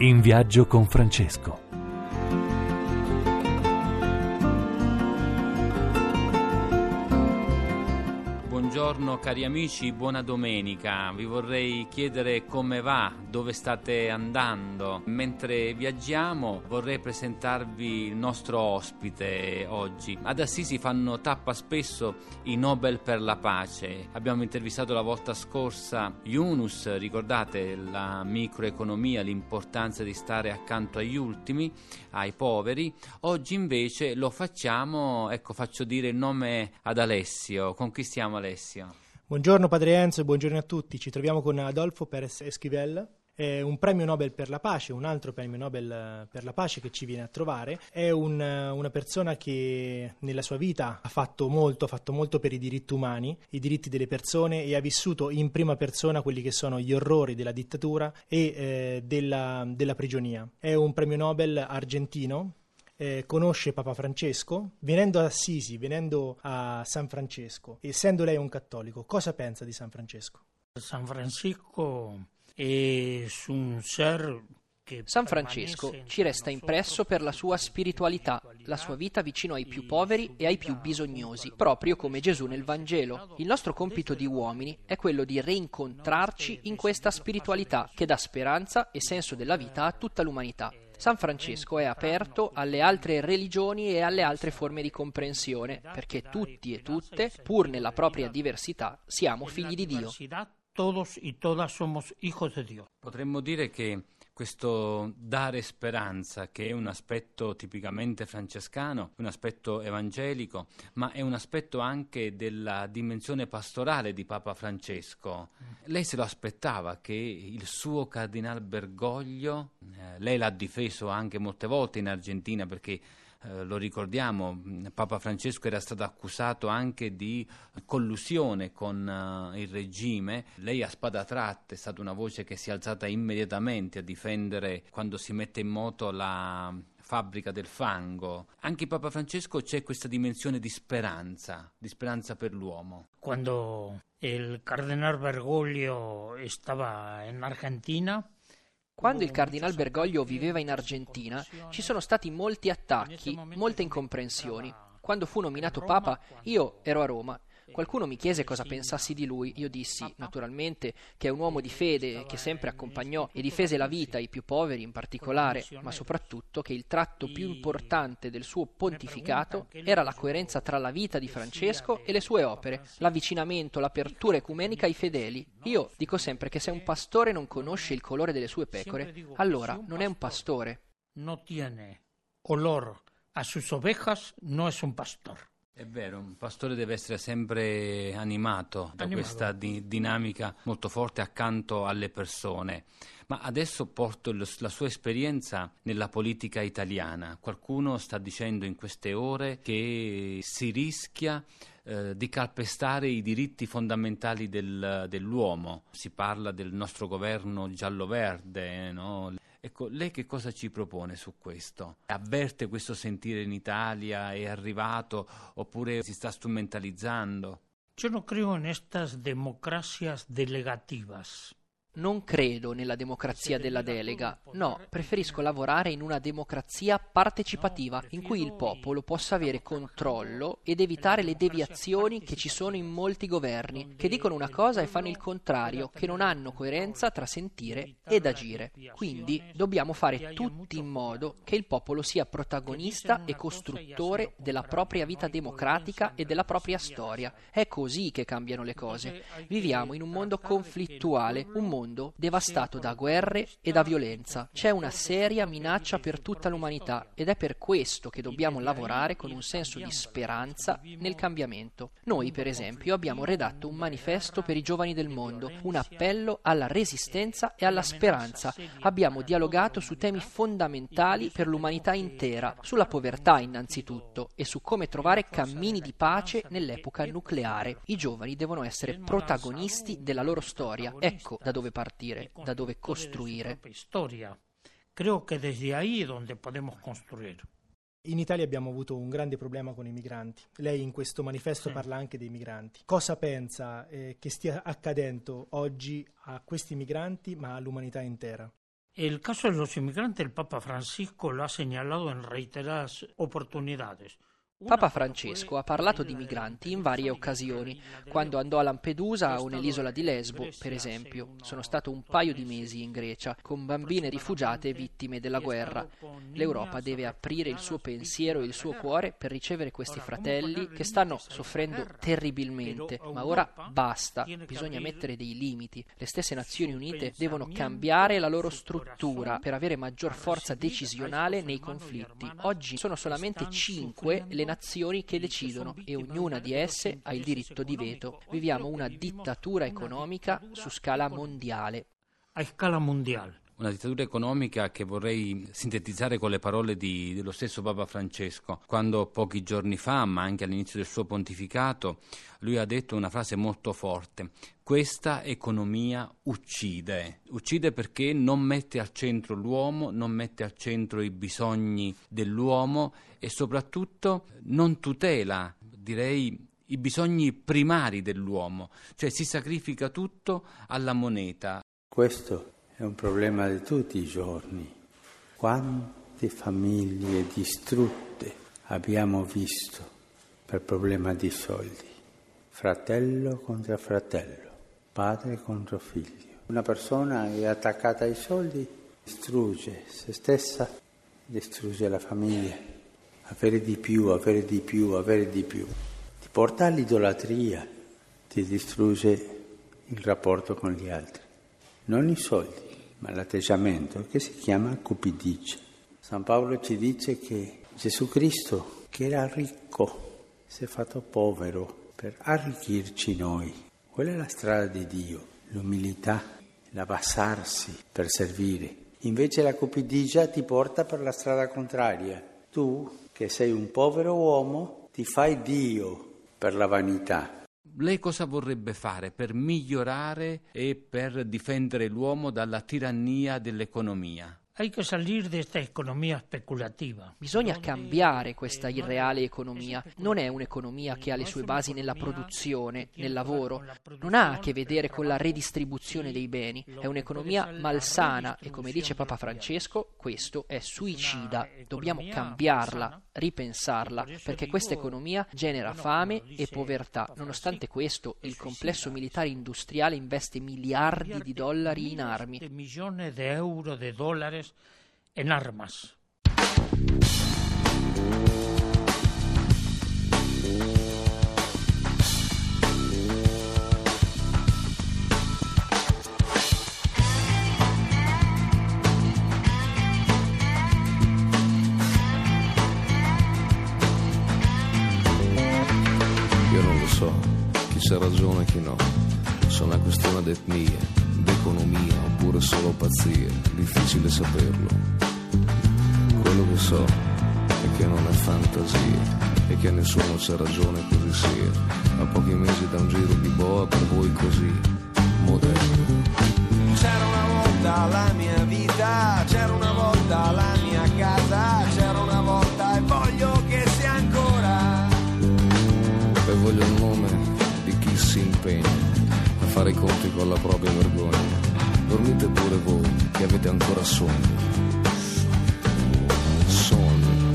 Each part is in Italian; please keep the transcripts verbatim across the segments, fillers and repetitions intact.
In viaggio con Francesco. Buongiorno cari amici, buona domenica. Vi vorrei chiedere come va, dove state andando. Mentre viaggiamo vorrei presentarvi il nostro ospite oggi. Ad Assisi fanno tappa spesso i Nobel per la pace. Abbiamo intervistato la volta scorsa Yunus, ricordate la microeconomia, l'importanza di stare accanto agli ultimi, ai poveri. Oggi invece lo facciamo, ecco faccio dire il nome ad Alessio. Con chi stiamo, Alessio? Buongiorno Padre Enzo e buongiorno a tutti. Ci troviamo con Adolfo Pérez Esquivel, è un premio Nobel per la pace, un altro premio Nobel per la pace che ci viene a trovare. È un, una persona che nella sua vita ha fatto molto, ha fatto molto per i diritti umani, i diritti delle persone, e ha vissuto in prima persona quelli che sono gli orrori della dittatura e eh, della, della prigionia. È un premio Nobel argentino. Eh, conosce Papa Francesco, venendo ad Assisi, venendo a San Francesco, essendo lei un cattolico, cosa pensa di San Francesco? San Francisco è un ser che San Francesco ci resta impresso per la sua spiritualità, la sua vita vicino ai più poveri e ai più bisognosi, proprio come Gesù nel Vangelo. Il nostro compito di uomini è quello di reincontrarci in questa spiritualità che dà speranza e senso della vita a tutta l'umanità. San Francesco è aperto alle altre religioni e alle altre forme di comprensione, perché tutti e tutte, pur nella propria diversità, siamo figli di Dio. Todos y todas somos hijos de Dios. Potremmo dire che questo dare speranza, che è un aspetto tipicamente francescano, un aspetto evangelico, ma è un aspetto anche della dimensione pastorale di Papa Francesco. Lei se lo aspettava che il suo Cardinal Bergoglio, eh, lei l'ha difeso anche molte volte in Argentina perché Eh, lo ricordiamo, Papa Francesco era stato accusato anche di collusione con uh, il regime. Lei a spada tratta è stata una voce che si è alzata immediatamente a difendere quando si mette in moto la fabbrica del fango. Anche Papa Francesco c'è questa dimensione di speranza, di speranza per l'uomo. Quando il Cardinal Bergoglio stava in Argentina, Quando il Cardinal Bergoglio viveva in Argentina, ci sono stati molti attacchi, molte incomprensioni. Quando fu nominato Papa, io ero a Roma. Qualcuno mi chiese cosa pensassi di lui. Io dissi, naturalmente, che è un uomo di fede che sempre accompagnò e difese la vita ai più poveri in particolare, ma soprattutto che il tratto più importante del suo pontificato era la coerenza tra la vita di Francesco e le sue opere, l'avvicinamento, l'apertura ecumenica ai fedeli. Io dico sempre che se un pastore non conosce il colore delle sue pecore, allora non è un pastore. No tiene olor a sus ovejas, no es un pastor. È vero, un pastore deve essere sempre animato da animato. questa di- dinamica molto forte accanto alle persone. Ma adesso porto il, la sua esperienza nella politica italiana. Qualcuno sta dicendo in queste ore che si rischia eh, di calpestare i diritti fondamentali del, dell'uomo. Si parla del nostro governo giallo-verde, no? Ecco, lei che cosa ci propone su questo? Avverte questo sentire in Italia? È arrivato oppure si sta strumentalizzando? Yo no creo en estas democracias delegativas. Non credo nella democrazia della delega, no, preferisco lavorare in una democrazia partecipativa in cui il popolo possa avere controllo ed evitare le deviazioni che ci sono in molti governi, che dicono una cosa e fanno il contrario, che non hanno coerenza tra sentire ed agire. Quindi dobbiamo fare tutti in modo che il popolo sia protagonista e costruttore della propria vita democratica e della propria storia. È così che cambiano le cose. Viviamo in un mondo conflittuale, un mondo devastato da guerre e da violenza. C'è una seria minaccia per tutta l'umanità ed è per questo che dobbiamo lavorare con un senso di speranza nel cambiamento. Noi, per esempio, abbiamo redatto un manifesto per i giovani del mondo, un appello alla resistenza e alla speranza. Abbiamo dialogato su temi fondamentali per l'umanità intera, sulla povertà innanzitutto e su come trovare cammini di pace nell'epoca nucleare. I giovani devono essere protagonisti della loro storia. Ecco da dove partire, da dove costruire. Creo che desde ahí es donde podemos construir. In Italia abbiamo avuto un grande problema con i migranti. Lei in questo manifesto sì. parla anche dei migranti. Cosa pensa eh, che stia accadendo oggi a questi migranti, ma all'umanità intera? El caso de los inmigrantes, el Papa Francisco lo ha señalado en reiteradas oportunidades. Papa Francesco ha parlato di migranti in varie occasioni, quando andò a Lampedusa o nell'isola di Lesbo, per esempio. Sono stato un paio di mesi in Grecia, con bambine rifugiate vittime della guerra. L'Europa deve aprire il suo pensiero e il suo cuore per ricevere questi fratelli che stanno soffrendo terribilmente, ma ora basta, bisogna mettere dei limiti. Le stesse Nazioni Unite devono cambiare la loro struttura per avere maggior forza decisionale nei conflitti. Oggi sono solamente cinque le nazioni che decidono e ognuna di esse ha il diritto di veto. Viviamo una dittatura economica su scala mondiale. A scala mondiale. Una dittatura economica che vorrei sintetizzare con le parole di, dello stesso Papa Francesco, quando pochi giorni fa, ma anche all'inizio del suo pontificato, lui ha detto una frase molto forte: questa economia uccide. Uccide perché non mette al centro l'uomo, non mette al centro i bisogni dell'uomo e soprattutto non tutela, direi, i bisogni primari dell'uomo, cioè si sacrifica tutto alla moneta. Questo è un problema di tutti i giorni. Quante famiglie distrutte abbiamo visto per problema di soldi? Fratello contro fratello, padre contro figlio. Una persona è attaccata ai soldi, distrugge se stessa, distrugge la famiglia. Avere di più, avere di più, avere di più. Ti porta all'idolatria, ti distrugge il rapporto con gli altri. Non i soldi, ma l'atteggiamento che si chiama cupidigia. San Paolo ci dice che Gesù Cristo, che era ricco, si è fatto povero per arricchirci noi. Quella è la strada di Dio, l'umiltà, l'abbassarsi per servire. Invece la cupidigia ti porta per la strada contraria. Tu, che sei un povero uomo, ti fai Dio per la vanità. Lei cosa vorrebbe fare per migliorare e per difendere l'uomo dalla tirannia dell'economia? Hay que salir de esta economía speculativa. Bisogna cambiare questa irreale economia. Non è un'economia che ha le sue basi nella produzione, nel lavoro. Non ha a che vedere con la redistribuzione dei beni. È un'economia malsana e, come dice Papa Francesco, questo è suicida. Dobbiamo cambiarla, ripensarla, perché questa economia genera fame e povertà. Nonostante questo, il complesso militare industriale investe miliardi di dollari in armi. Milioni di euro, di dollari en armas. Io non lo so chi c'ha ragione e chi no. Sono una questione d'etnia, d'economia oppure solo pazzie, difficile saperlo. Quello che so è che non è fantasia e che nessuno c'ha ragione così sia. A pochi mesi da un giro di boa per voi così moderno. C'era una volta la mia vita, c'era una volta la mia casa, c'era una volta e voglio che sia ancora. E voglio il nome di chi si impegna a fare i conti con la propria vergogna. Dormite pure voi che avete ancora sonno. Sonno.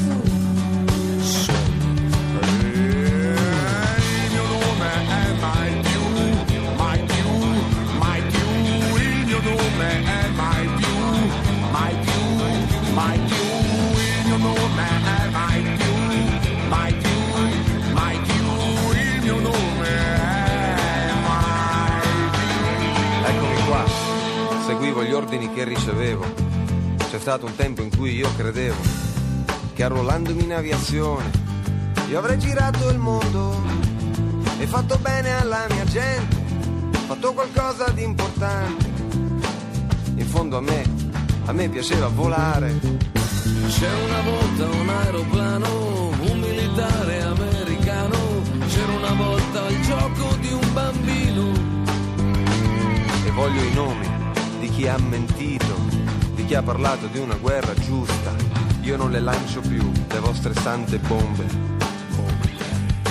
Sonno. Il mio nome è mai più, mai più, mai più. Il mio nome è mai più, mai più, mai più. Il mio nome è mai più, mai più, mai più. Il mio nome è mai più. Eccomi qua. Seguivo gli ordini che ricevevo. C'è stato un tempo in cui io credevo che arruolandomi in aviazione io avrei girato il mondo e fatto bene alla mia gente, fatto qualcosa di importante. In fondo a me, a me piaceva volare. C'era una volta un aeroplano, un militare americano. C'era una volta il gioco di un bambino. E voglio i nomi di chi ha mentito, di chi ha parlato di una guerra giusta. Io non le lancio più, le vostre sante bombe. Bombe.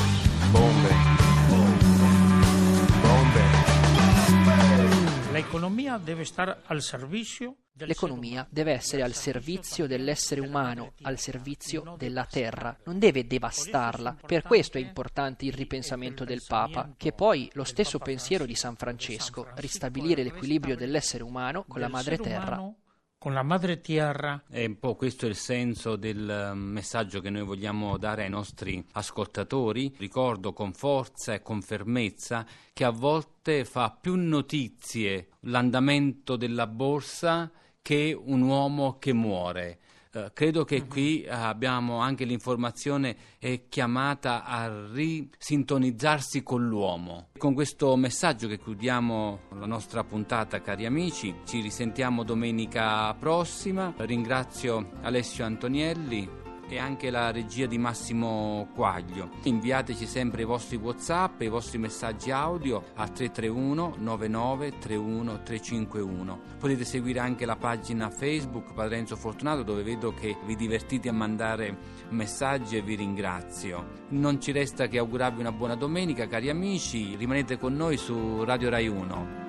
Bombe. Bombe. La economía L'economia deve stare al servizio L'economia deve essere al servizio dell'essere umano, al servizio della terra, non deve devastarla. Per questo è importante il ripensamento del Papa, che è poi lo stesso pensiero di San Francesco, ristabilire l'equilibrio dell'essere umano con la madre terra. Con la madre terra. E un po' questo è il senso del messaggio che noi vogliamo dare ai nostri ascoltatori. Ricordo con forza e con fermezza che a volte fa più notizie l'andamento della borsa che un uomo che muore. Uh, credo che qui uh, abbiamo anche l'informazione è chiamata a risintonizzarsi con l'uomo. Con questo messaggio che chiudiamo la nostra puntata, cari amici. Ci risentiamo domenica prossima. Ringrazio Alessio Antonielli e anche la regia di Massimo Quaglio. Inviateci sempre i vostri WhatsApp e i vostri messaggi audio al tre tre uno nove nove tre uno tre cinque uno. Potete seguire anche la pagina Facebook Padre Enzo Fortunato, dove vedo che vi divertite a mandare messaggi e vi ringrazio. Non ci resta che augurarvi una buona domenica, cari amici. Rimanete con noi su Radio Rai uno.